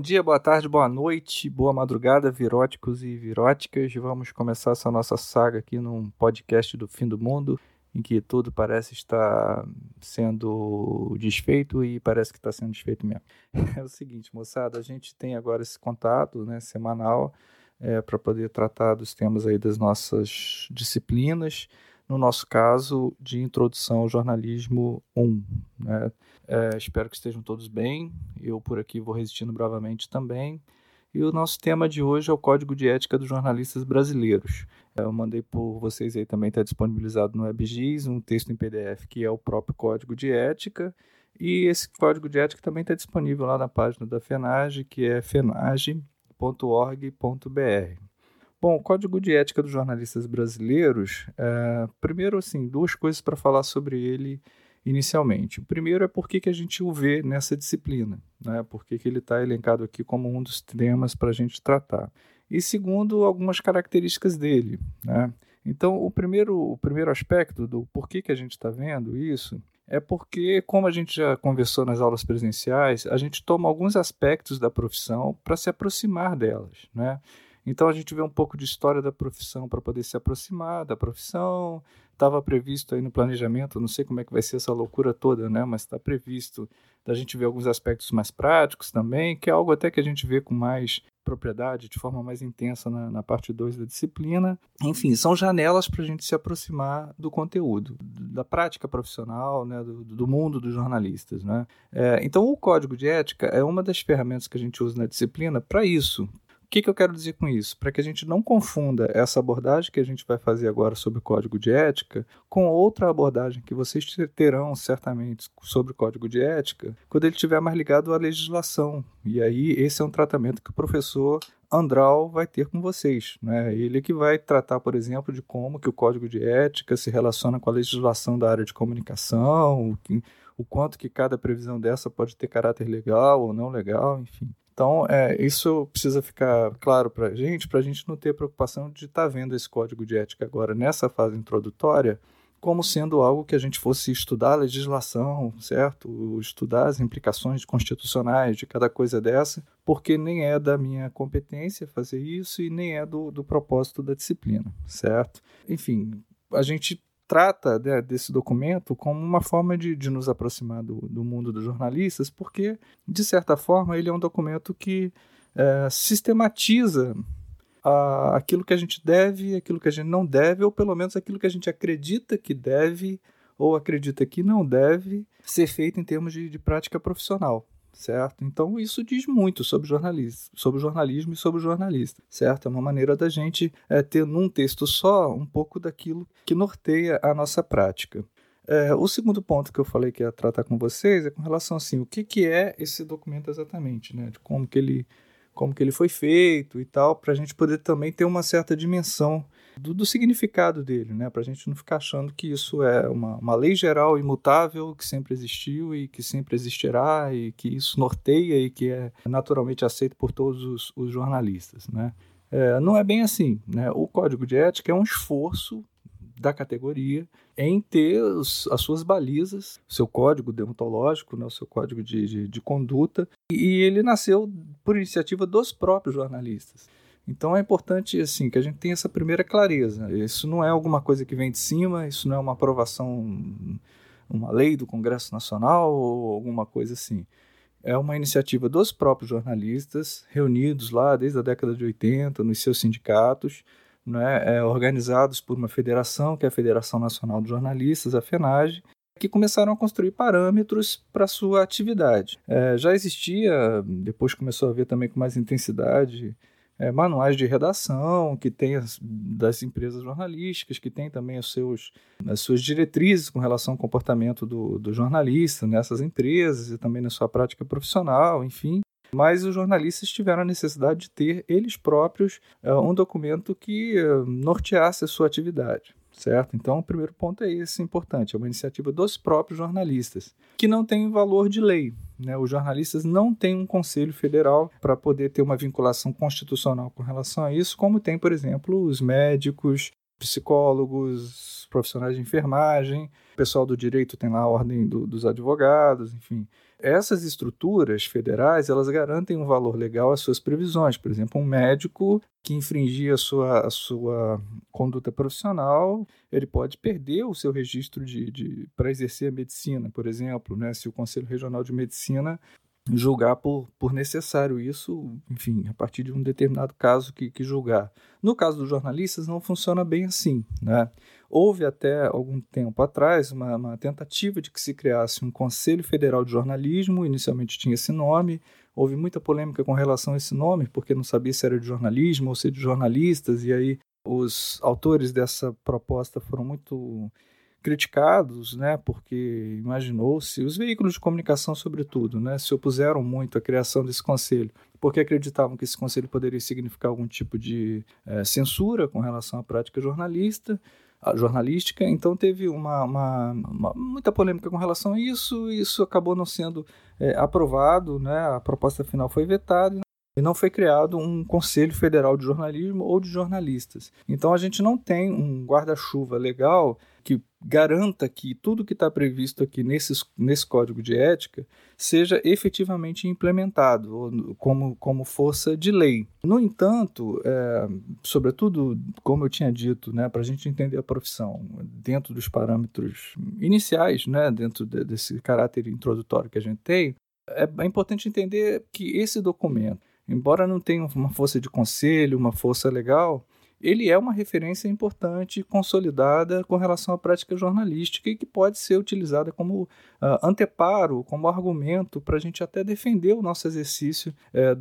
dia, boa tarde, boa noite, boa madrugada, viróticos e viróticas. Vamos começar essa nossa saga aqui num podcast do fim do mundo, em que tudo parece estar sendo desfeito e parece que está sendo desfeito mesmo. É o seguinte, moçada, a gente tem agora esse contato, né, semanal, para poder tratar dos temas aí das nossas disciplinas, no nosso caso, de Introdução ao Jornalismo 1, né? Espero que estejam todos bem, eu por aqui vou resistindo bravamente também. E o nosso tema de hoje é o Código de Ética dos Jornalistas Brasileiros. Eu mandei por vocês aí também, está disponibilizado no WebGIS, um texto em PDF que é o próprio Código de Ética, e esse Código de Ética também está disponível lá na página da FENAGE, que é fenage.org.br. Bom, o Código de Ética dos Jornalistas Brasileiros, primeiro, assim, duas coisas para falar sobre ele inicialmente. O primeiro é por que a gente o vê nessa disciplina, né? Por que ele está elencado aqui como um dos temas para a gente tratar. E segundo, algumas características dele, né? Então, o primeiro aspecto do porquê que a gente está vendo isso é porque, como a gente já conversou nas aulas presenciais, a gente toma alguns aspectos da profissão para se aproximar delas, né? Então a gente vê um pouco de história da profissão para poder se aproximar da profissão. Estava previsto aí no planejamento, não sei como é que vai ser essa loucura toda, né? Mas está previsto da gente ver alguns aspectos mais práticos também, que é algo até que a gente vê com mais propriedade, de forma mais intensa na parte 2 da disciplina. Enfim, são janelas para a gente se aproximar do conteúdo, da prática profissional, né? do mundo dos jornalistas, né? Então o Código de Ética é uma das ferramentas que a gente usa na disciplina para isso. O que eu quero dizer com isso? Para que a gente não confunda essa abordagem que a gente vai fazer agora sobre o Código de Ética com outra abordagem que vocês terão certamente sobre o Código de Ética quando ele estiver mais ligado à legislação. E aí esse é um tratamento que o professor Andral vai ter com vocês, né? Ele que vai tratar, por exemplo, de como que o Código de Ética se relaciona com a legislação da área de comunicação, o quanto que cada previsão dessa pode ter caráter legal ou não legal, enfim. Então, isso precisa ficar claro para a gente não ter preocupação de estar vendo esse Código de Ética agora nessa fase introdutória como sendo algo que a gente fosse estudar a legislação, certo? Estudar as implicações constitucionais de cada coisa dessa, porque nem é da minha competência fazer isso e nem é do propósito da disciplina, certo? Enfim, a gente trata, né, desse documento como uma forma de nos aproximar do mundo dos jornalistas, porque, de certa forma, ele é um documento que sistematiza aquilo que a gente deve, aquilo que a gente não deve, ou pelo menos aquilo que a gente acredita que deve ou acredita que não deve ser feito em termos de prática profissional. Certo? Então isso diz muito sobre jornalismo e sobre o jornalista, certo? É uma maneira da gente ter num texto só um pouco daquilo que norteia a nossa prática. O segundo ponto que eu falei que ia tratar com vocês é com relação assim, o que é esse documento exatamente, né? De como que ele foi feito e tal, para a gente poder também ter uma certa dimensão do significado dele, né? Para a gente não ficar achando que isso é uma lei geral imutável que sempre existiu e que sempre existirá e que isso norteia e que é naturalmente aceito por todos os jornalistas, né? Não é bem assim, né? O Código de Ética é um esforço da categoria em ter as suas balizas, seu código deontológico, né, o seu código de conduta, e ele nasceu por iniciativa dos próprios jornalistas. Então é importante assim, que a gente tenha essa primeira clareza. Isso não é alguma coisa que vem de cima, isso não é uma aprovação, uma lei do Congresso Nacional ou alguma coisa assim. É uma iniciativa dos próprios jornalistas, reunidos lá desde a década de 80, nos seus sindicatos, né, organizados por uma federação, que é a Federação Nacional de Jornalistas, a FENAGE, que começaram a construir parâmetros para a sua atividade. Já existia, depois começou a haver também com mais intensidade, manuais de redação, que tem das empresas jornalísticas, que tem também as suas diretrizes com relação ao comportamento do jornalista nessas empresas e também na sua prática profissional, enfim. Mas os jornalistas tiveram a necessidade de ter, eles próprios, um documento que norteasse a sua atividade, certo? Então, o primeiro ponto é esse importante, é uma iniciativa dos próprios jornalistas, que não tem valor de lei, né? Os jornalistas não têm um conselho federal para poder ter uma vinculação constitucional com relação a isso, como tem, por exemplo, os médicos, psicólogos, profissionais de enfermagem, o pessoal do direito tem lá a ordem dos advogados, enfim. Essas estruturas federais, elas garantem um valor legal às suas previsões. Por exemplo, um médico que infringir a sua conduta profissional, ele pode perder o seu registro para exercer a medicina, por exemplo, né? Se o Conselho Regional de Medicina julgar por necessário isso, enfim, a partir de um determinado caso que julgar. No caso dos jornalistas, não funciona bem assim, né? Houve até algum tempo atrás uma tentativa de que se criasse um Conselho Federal de Jornalismo, inicialmente tinha esse nome, houve muita polêmica com relação a esse nome, porque não sabia se era de jornalismo ou se de jornalistas, e aí os autores dessa proposta foram muito criticados, né, porque imaginou-se, os veículos de comunicação sobretudo, né, se opuseram muito à criação desse conselho, porque acreditavam que esse conselho poderia significar algum tipo de censura com relação à prática jornalística, então teve muita polêmica com relação a isso, e isso acabou não sendo aprovado, né, a proposta final foi vetada, e não foi criado um Conselho Federal de Jornalismo ou de jornalistas. Então a gente não tem um guarda-chuva legal que garanta que tudo que está previsto aqui nesse código de ética seja efetivamente implementado como força de lei. No entanto, sobretudo, como eu tinha dito, né, para a gente entender a profissão dentro dos parâmetros iniciais, né, dentro desse caráter introdutório que a gente tem, é importante entender que esse documento, embora não tenha uma força de conselho, uma força legal, ele é uma referência importante, consolidada com relação à prática jornalística e que pode ser utilizada como anteparo, como argumento para a gente até defender o nosso exercício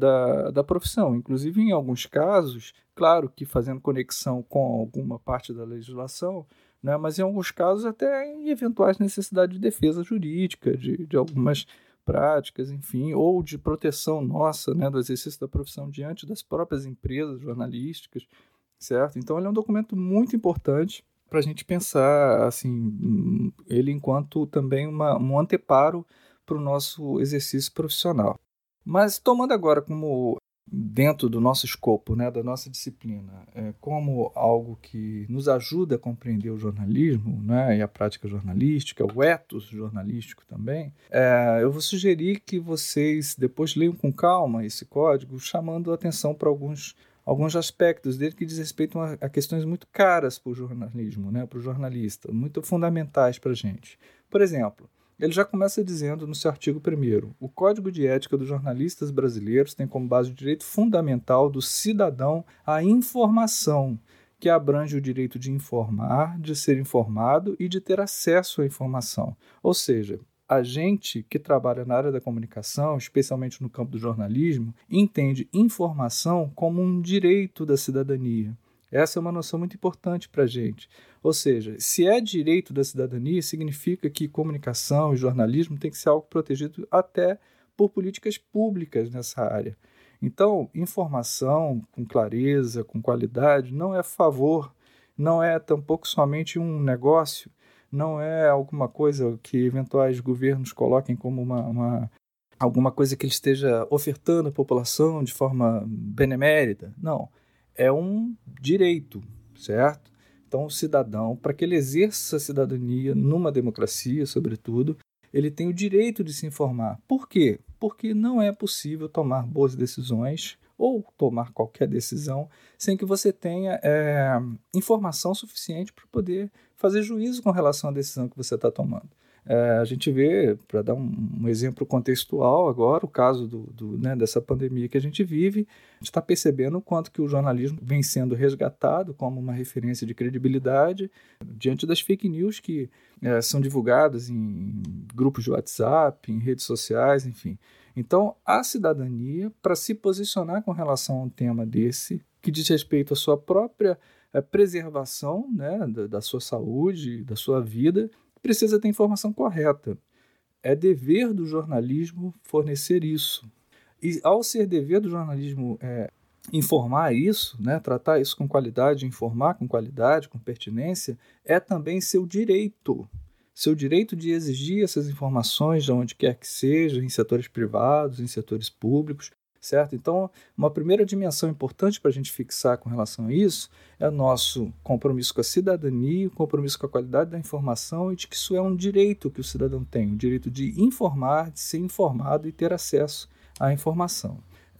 da profissão. Inclusive, em alguns casos, claro que fazendo conexão com alguma parte da legislação, né, mas em alguns casos até em eventuais necessidades de defesa jurídica, de algumas práticas, enfim, ou de proteção nossa, né, do exercício da profissão diante das próprias empresas jornalísticas, certo? Então ele é um documento muito importante para a gente pensar, assim, ele enquanto também um anteparo para o nosso exercício profissional. Mas tomando agora como dentro do nosso escopo, né, da nossa disciplina, como algo que nos ajuda a compreender o jornalismo, né, e a prática jornalística, o ethos jornalístico também, eu vou sugerir que vocês depois leiam com calma esse código, chamando a atenção para alguns aspectos dele que diz respeito a questões muito caras para o jornalismo, né, para o jornalista, muito fundamentais para a gente. Por exemplo, ele já começa dizendo no seu artigo 1º, o Código de Ética dos Jornalistas Brasileiros tem como base o direito fundamental do cidadão à informação, que abrange o direito de informar, de ser informado e de ter acesso à informação. Ou seja, a gente que trabalha na área da comunicação, especialmente no campo do jornalismo, entende informação como um direito da cidadania. Essa é uma noção muito importante para a gente. Ou seja, se é direito da cidadania, significa que comunicação e jornalismo tem que ser algo protegido até por políticas públicas nessa área. Então, informação com clareza, com qualidade, não é favor, não é tampouco somente um negócio, não é alguma coisa que eventuais governos coloquem como alguma coisa que ele esteja ofertando à população de forma benemérita. Não, é um direito, certo? Então, o cidadão, para que ele exerça a cidadania numa democracia, sobretudo, ele tem o direito de se informar. Por quê? Porque não é possível tomar boas decisões ou tomar qualquer decisão sem que você tenha informação suficiente para poder fazer juízo com relação à decisão que você está tomando. A gente vê, para dar um exemplo contextual agora, o caso dessa pandemia que a gente vive, a gente está percebendo o quanto que o jornalismo vem sendo resgatado como uma referência de credibilidade diante das fake news que são divulgadas em grupos de WhatsApp, em redes sociais, enfim. Então, a cidadania, para se posicionar com relação a um tema desse, que diz respeito à sua própria preservação, né, da sua saúde, da sua vida, precisa ter informação correta. É dever do jornalismo fornecer isso. E ao ser dever do jornalismo informar isso, né, tratar isso com qualidade, informar com qualidade, com pertinência, é também seu direito. Seu direito de exigir essas informações de onde quer que seja, em setores privados, em setores públicos, certo? Então, uma primeira dimensão importante para a gente fixar com relação a isso é o nosso compromisso com a cidadania, o compromisso com a qualidade da informação e de que isso é um direito que o cidadão tem, o direito de informar, de ser informado e ter acesso à informação.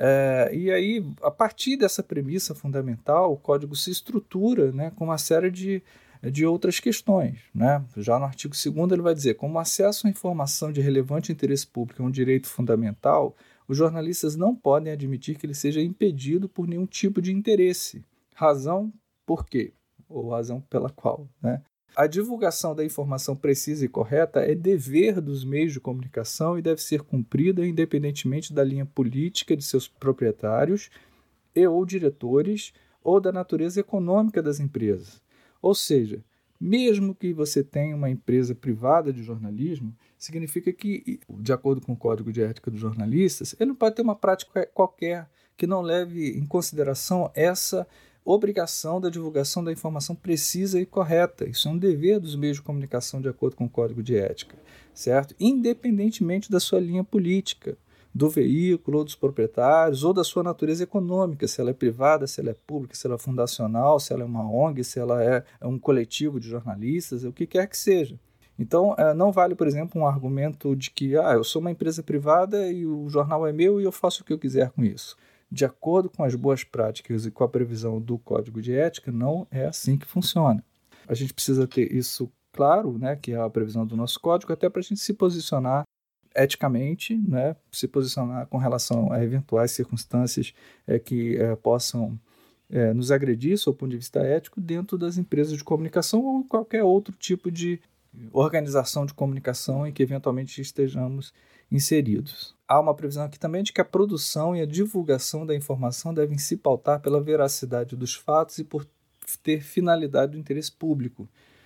E aí, a partir dessa premissa fundamental, o código se estrutura, né, com uma série de outras questões, né? Já no artigo 2º ele vai dizer, como o acesso à informação de relevante interesse público é um direito fundamental, os jornalistas não podem admitir que ele seja impedido por nenhum tipo de interesse. Razão por quê? Ou razão pela qual, né? A divulgação da informação precisa e correta é dever dos meios de comunicação e deve ser cumprida independentemente da linha política de seus proprietários e ou diretores ou da natureza econômica das empresas. Ou seja, mesmo que você tenha uma empresa privada de jornalismo, significa que, de acordo com o Código de Ética dos Jornalistas, ele não pode ter uma prática qualquer que não leve em consideração essa obrigação da divulgação da informação precisa e correta. Isso é um dever dos meios de comunicação de acordo com o Código de Ética, certo? Independentemente da sua linha política, do veículo, ou dos proprietários, ou da sua natureza econômica, se ela é privada, se ela é pública, se ela é fundacional, se ela é uma ONG, se ela é um coletivo de jornalistas, o que quer que seja. Então, não vale, por exemplo, um argumento de que eu sou uma empresa privada e o jornal é meu e eu faço o que eu quiser com isso. De acordo com as boas práticas e com a previsão do Código de Ética, não é assim que funciona. A gente precisa ter isso claro, né, que é a previsão do nosso código, até para a gente se posicionar eticamente, né, se posicionar com relação a eventuais circunstâncias que possam nos agredir, sob o ponto de vista ético, dentro das empresas de comunicação ou qualquer outro tipo de organização de comunicação em que eventualmente estejamos inseridos. Há uma previsão aqui também de que a produção e a divulgação da informação devem se pautar pela veracidade dos fatos e por ter finalidade do interesse público.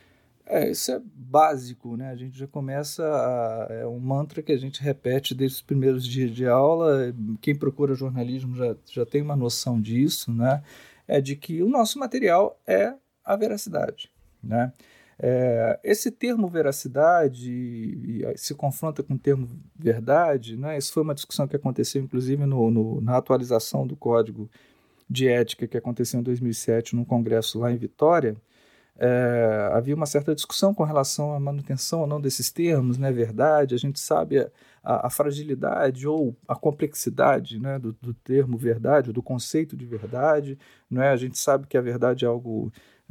Isso é básico, né? A gente já começa é um mantra que a gente repete desde os primeiros dias de aula. Quem procura jornalismo já tem uma noção disso, né? É de que o nosso material é a veracidade, né? Esse termo veracidade se confronta com o termo verdade, né? Isso foi uma discussão que aconteceu, inclusive, na atualização do Código de Ética que aconteceu em 2007 num congresso lá em Vitória. Havia uma certa discussão com relação à manutenção ou não desses termos, né? Verdade, a gente sabe a fragilidade ou a complexidade, né, do termo verdade, do conceito de verdade, né? A gente sabe que a verdade é algo,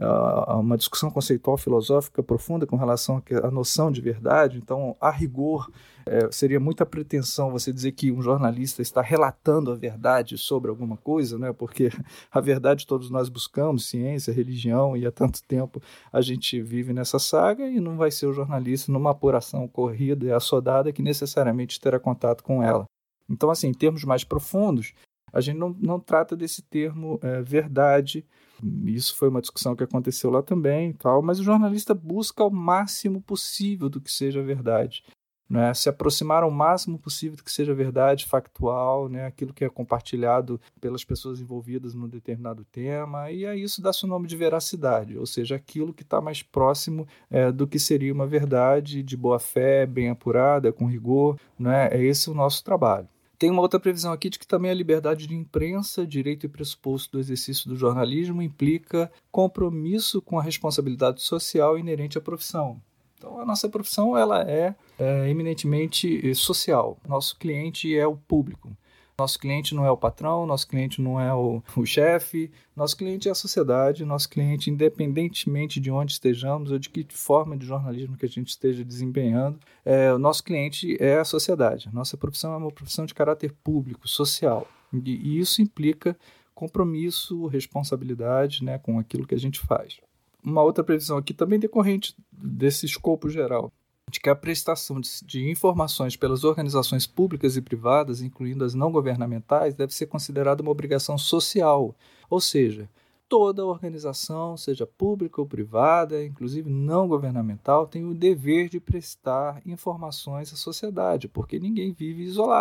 uma discussão conceitual filosófica profunda com relação à noção de verdade. Então, a rigor, seria muita pretensão você dizer que um jornalista está relatando a verdade sobre alguma coisa, né? Porque a verdade todos nós buscamos, ciência, religião, e há tanto tempo a gente vive nessa saga, e não vai ser o jornalista numa apuração corrida e assodada que necessariamente terá contato com ela. Então, assim, em termos mais profundos, a gente não trata desse termo verdade. Isso foi uma discussão que aconteceu lá também e tal, mas o jornalista busca o máximo possível do que seja verdade, né? Se aproximar ao máximo possível do que seja verdade, factual, né? Aquilo que é compartilhado pelas pessoas envolvidas num determinado tema, e aí isso dá-se o nome de veracidade, ou seja, aquilo que está mais próximo do que seria uma verdade de boa fé, bem apurada, com rigor, né? É esse o nosso trabalho. Tem uma outra previsão aqui de que também a liberdade de imprensa, direito e pressuposto do exercício do jornalismo, implica compromisso com a responsabilidade social inerente à profissão. Então, a nossa profissão ela é eminentemente social. Nosso cliente é o público. Nosso cliente não é o patrão, nosso cliente não é o chefe, nosso cliente é a sociedade, nosso cliente, independentemente de onde estejamos ou de que forma de jornalismo que a gente esteja desempenhando, o nosso cliente é a sociedade. Nossa profissão é uma profissão de caráter público, social, e isso implica compromisso, responsabilidade, né, com aquilo que a gente faz. Uma outra previsão aqui também decorrente desse escopo geral, de que a prestação de informações pelas organizações públicas e privadas, incluindo as não governamentais, deve ser considerada uma obrigação social, ou seja, toda organização, seja pública ou privada, inclusive não governamental, tem o dever de prestar informações à sociedade, porque ninguém vive isolado.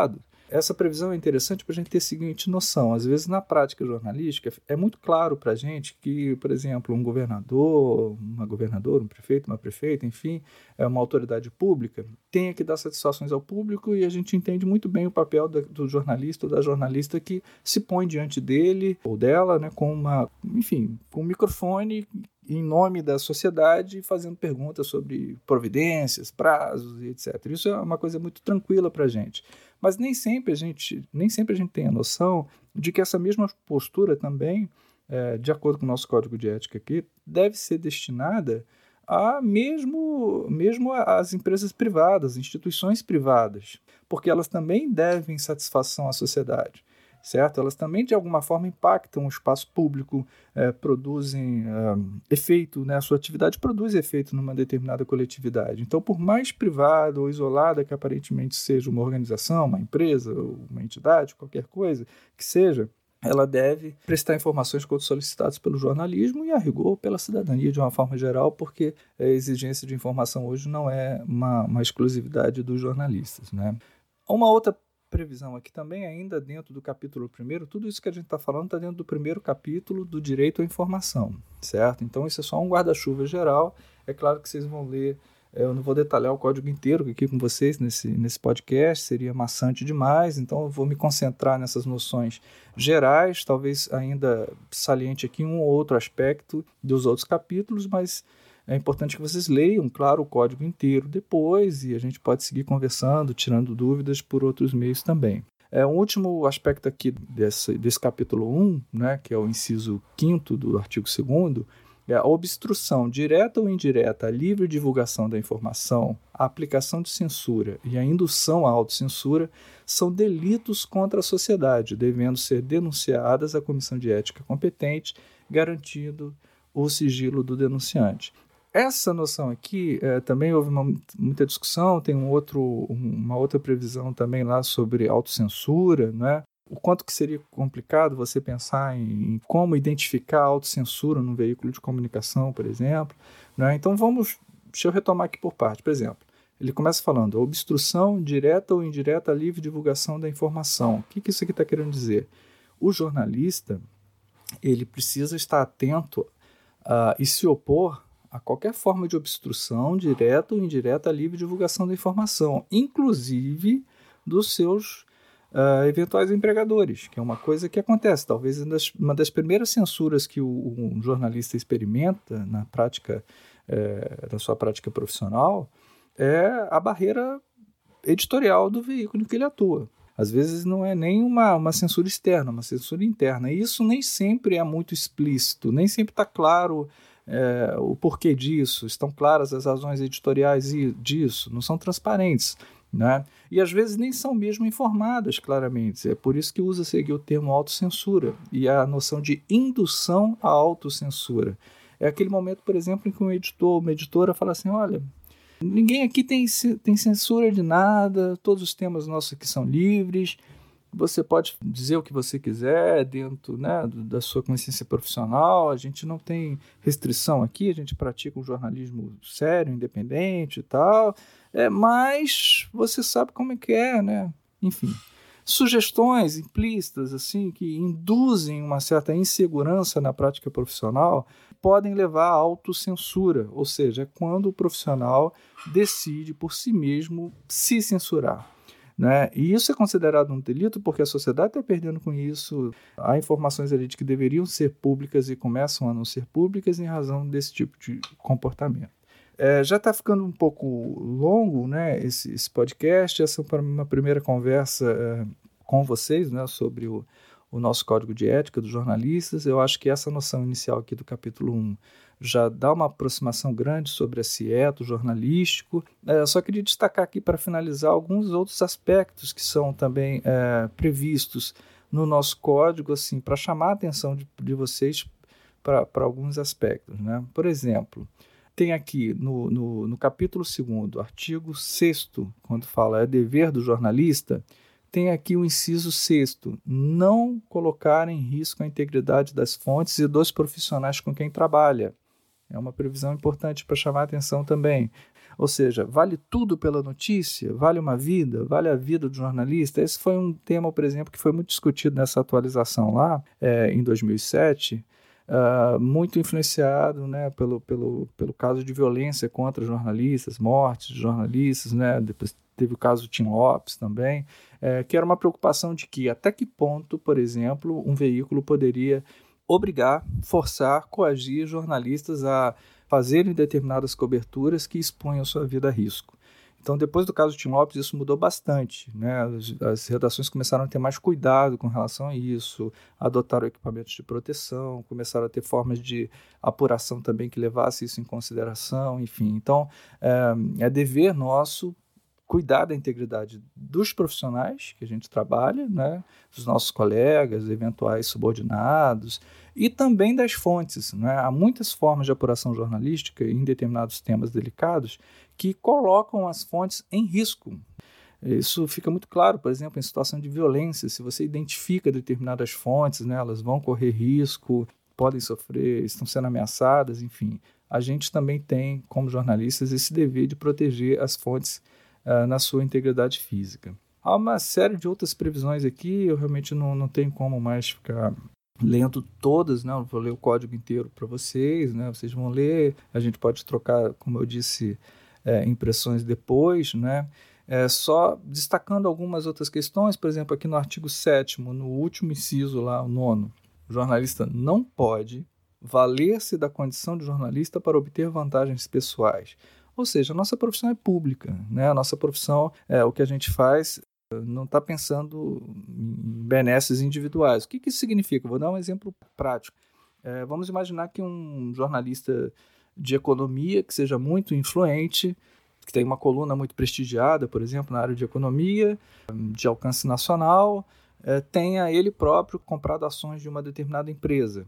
Essa previsão é interessante para a gente ter a seguinte noção. Às vezes, na prática jornalística, é muito claro para a gente que, por exemplo, um governador, uma governadora, um prefeito, uma prefeita, enfim, uma autoridade pública, tenha que dar satisfações ao público, e a gente entende muito bem o papel do jornalista ou da jornalista que se põe diante dele ou dela, né, com um microfone em nome da sociedade, fazendo perguntas sobre providências, prazos, etc. Isso é uma coisa muito tranquila para a gente. Mas nem sempre a gente tem a noção de que essa mesma postura também, de acordo com o nosso código de ética aqui, deve ser destinada mesmo às empresas privadas, instituições privadas, porque elas também devem satisfação à sociedade. Certo? Elas também, de alguma forma, impactam o espaço público, produzem efeito, né? A sua atividade produz efeito numa determinada coletividade. Então, por mais privada ou isolada que aparentemente seja uma organização, uma empresa, uma entidade, qualquer coisa que seja, ela deve prestar informações quando solicitadas pelo jornalismo e, a rigor, pela cidadania de uma forma geral, porque a exigência de informação hoje não é uma exclusividade dos jornalistas, né? Uma outra previsão aqui também, ainda dentro do capítulo 1º, tudo isso que a gente está falando está dentro do primeiro capítulo do direito à informação, certo? Então isso é só um guarda-chuva geral. É claro que vocês vão ler, eu não vou detalhar o código inteiro aqui com vocês nesse podcast, seria maçante demais, então eu vou me concentrar nessas noções gerais, talvez ainda saliente aqui um ou outro aspecto dos outros capítulos, mas é importante que vocês leiam, claro, o código inteiro depois, e a gente pode seguir conversando, tirando dúvidas por outros meios também. Um último aspecto aqui desse capítulo 1, né, que é o inciso 5º do artigo 2º, é a obstrução direta ou indireta à livre divulgação da informação, a aplicação de censura e a indução à autocensura são delitos contra a sociedade, devendo ser denunciadas à comissão de ética competente, garantido o sigilo do denunciante. Essa noção aqui, também houve muita discussão, tem uma outra previsão também lá sobre autocensura, né? O quanto que seria complicado você pensar em como identificar a autocensura num veículo de comunicação, por exemplo, né? Então deixa eu retomar aqui por parte. Por exemplo, ele começa falando a obstrução direta ou indireta à livre divulgação da informação. O que isso aqui está querendo dizer? O jornalista, ele precisa estar atento e se opor a qualquer forma de obstrução direta ou indireta à livre divulgação da informação, inclusive dos seus eventuais empregadores, que é uma coisa que acontece. Talvez uma das primeiras censuras que um jornalista experimenta na prática, da sua prática profissional, é a barreira editorial do veículo em que ele atua. Às vezes não é nem uma censura externa, uma censura interna. E isso nem sempre é muito explícito, nem sempre está claro o porquê disso, estão claras as razões editoriais disso, não são transparentes, né? E às vezes nem são mesmo informadas claramente. É por isso que usa-se aqui o termo autocensura e a noção de indução à autocensura. É aquele momento, por exemplo, em que um editor, uma editora fala assim, olha, ninguém aqui tem censura de nada, todos os temas nossos aqui são livres, você pode dizer o que você quiser dentro, né, da sua consciência profissional, a gente não tem restrição aqui, a gente pratica um jornalismo sério, independente e tal, mas você sabe como é que é, né? Enfim, sugestões implícitas assim, que induzem uma certa insegurança na prática profissional podem levar à autocensura, ou seja, é quando o profissional decide por si mesmo se censurar. Né? E isso é considerado um delito porque a sociedade está perdendo com isso. Há informações ali de que deveriam ser públicas e começam a não ser públicas em razão desse tipo de comportamento. Já está ficando um pouco longo, né, esse podcast. Essa é uma primeira conversa com vocês, né, sobre o nosso código de ética dos jornalistas. Eu acho que essa noção inicial aqui do capítulo 1 já dá uma aproximação grande sobre esse eto jornalístico. Só queria destacar aqui, para finalizar, alguns outros aspectos que são também previstos no nosso código, assim, para chamar a atenção de vocês para alguns aspectos, né? Por exemplo, tem aqui no capítulo 2º, artigo 6º, quando fala é dever do jornalista, tem aqui o inciso 6º, não colocar em risco a integridade das fontes e dos profissionais com quem trabalha. É uma previsão importante para chamar a atenção também. Ou seja, vale tudo pela notícia? Vale uma vida? Vale a vida do jornalista? Esse foi um tema, por exemplo, que foi muito discutido nessa atualização lá, em 2007, muito influenciado, né, pelo caso de violência contra jornalistas, mortes de jornalistas, né, depois teve o caso Tim Lopes também, que era uma preocupação de que até que ponto, por exemplo, um veículo poderia obrigar, forçar, coagir jornalistas a fazerem determinadas coberturas que expunham sua vida a risco. Então, depois do caso Tim Lopes, isso mudou bastante, né? As redações começaram a ter mais cuidado com relação a isso, adotaram equipamentos de proteção, começaram a ter formas de apuração também que levasse isso em consideração, enfim. Então, é dever nosso cuidar da integridade dos profissionais que a gente trabalha, né, dos nossos colegas, eventuais subordinados, e também das fontes, né? Há muitas formas de apuração jornalística em determinados temas delicados que colocam as fontes em risco. Isso fica muito claro, por exemplo, em situação de violência. Se você identifica determinadas fontes, né, elas vão correr risco, podem sofrer, estão sendo ameaçadas, enfim. A gente também tem, como jornalistas, esse dever de proteger as fontes na sua integridade física. Há uma série de outras previsões aqui, eu realmente não tenho como mais ficar lendo todas, né? Eu vou ler o código inteiro para vocês, né? Vocês vão ler, a gente pode trocar, como eu disse, impressões depois, né? Só destacando algumas outras questões, por exemplo, aqui no artigo 7º, no último inciso lá, o 9º, o jornalista não pode valer-se da condição de jornalista para obter vantagens pessoais. Ou seja, a nossa profissão é pública, né? A nossa profissão, o que a gente faz, não está pensando em benesses individuais. O que isso significa? Vou dar um exemplo prático. Vamos imaginar que um jornalista de economia que seja muito influente, que tem uma coluna muito prestigiada, por exemplo, na área de economia, de alcance nacional, tenha ele próprio comprado ações de uma determinada empresa,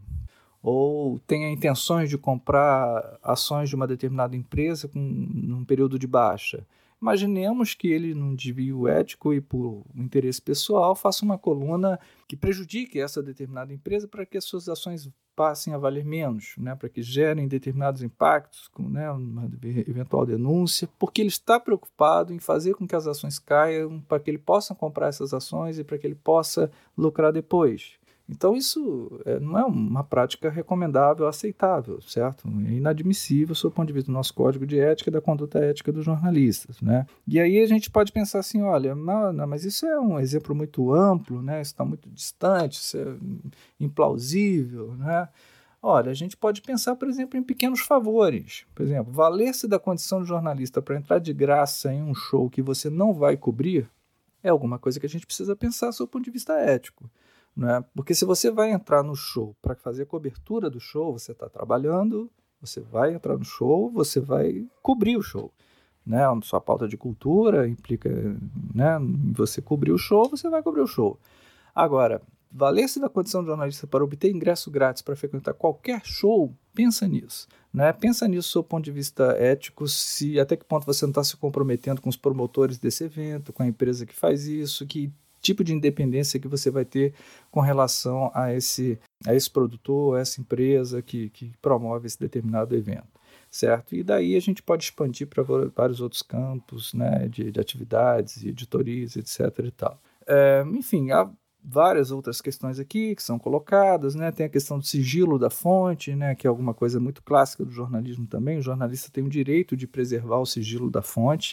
ou tenha intenções de comprar ações de uma determinada empresa num período de baixa. Imaginemos que ele, num desvio ético e por um interesse pessoal, faça uma coluna que prejudique essa determinada empresa para que as suas ações passem a valer menos, né, para que gerem determinados impactos, né, uma eventual denúncia, porque ele está preocupado em fazer com que as ações caiam, para que ele possa comprar essas ações e para que ele possa lucrar depois. Então, isso não é uma prática recomendável, aceitável, certo? É inadmissível sob o ponto de vista do nosso código de ética e da conduta ética dos jornalistas, né? E aí a gente pode pensar assim, olha, não, mas isso é um exemplo muito amplo, né? Isso está muito distante, isso é implausível, né? Olha, a gente pode pensar, por exemplo, em pequenos favores. Por exemplo, valer-se da condição de jornalista para entrar de graça em um show que você não vai cobrir é alguma coisa que a gente precisa pensar sob o ponto de vista ético. Né? Porque se você vai entrar no show para fazer a cobertura do show, você está trabalhando, você vai entrar no show, você vai cobrir o show. Né? A sua pauta de cultura implica, né, você cobrir o show, você vai cobrir o show. Agora, valer-se da condição de jornalista para obter ingresso grátis para frequentar qualquer show, pensa nisso. Né? Pensa nisso do seu ponto de vista ético, até que ponto você não está se comprometendo com os promotores desse evento, com a empresa que faz isso, que tipo de independência que você vai ter com relação a esse produtor, a essa empresa que promove esse determinado evento, certo? E daí a gente pode expandir para vários outros campos, né, de atividades, editorias, etc. e tal. Enfim, há várias outras questões aqui que são colocadas, né? Tem a questão do sigilo da fonte, né, que é alguma coisa muito clássica do jornalismo também. O jornalista tem o direito de preservar o sigilo da fonte,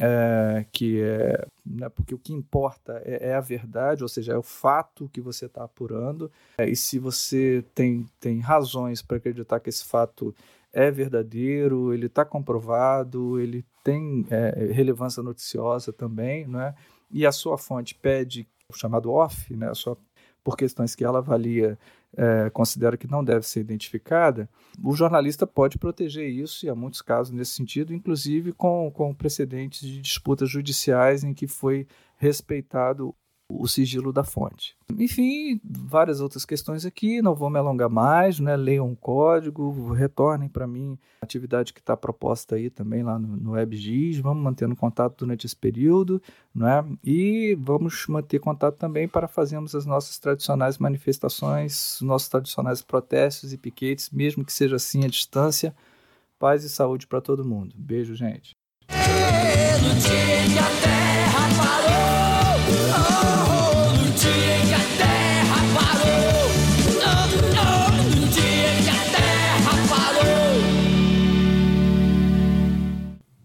né, porque o que importa é a verdade, ou seja, é o fato que você está apurando, e se você tem razões para acreditar que esse fato é verdadeiro, ele está comprovado, ele tem relevância noticiosa também, né, e a sua fonte pede o chamado off, né, por questões que ela avalia, considera que não deve ser identificada, o jornalista pode proteger isso, e há muitos casos nesse sentido, inclusive com precedentes de disputas judiciais em que foi respeitado o sigilo da fonte. Enfim, várias outras questões aqui, não vou me alongar mais, né? Leiam o código, retornem para mim a atividade que está proposta aí também lá no WebGIS, vamos mantendo contato durante esse período, né? E vamos manter contato também para fazermos as nossas tradicionais manifestações, os nossos tradicionais protestos e piquetes, mesmo que seja assim à distância. Paz e saúde para todo mundo. Beijo, gente. Luce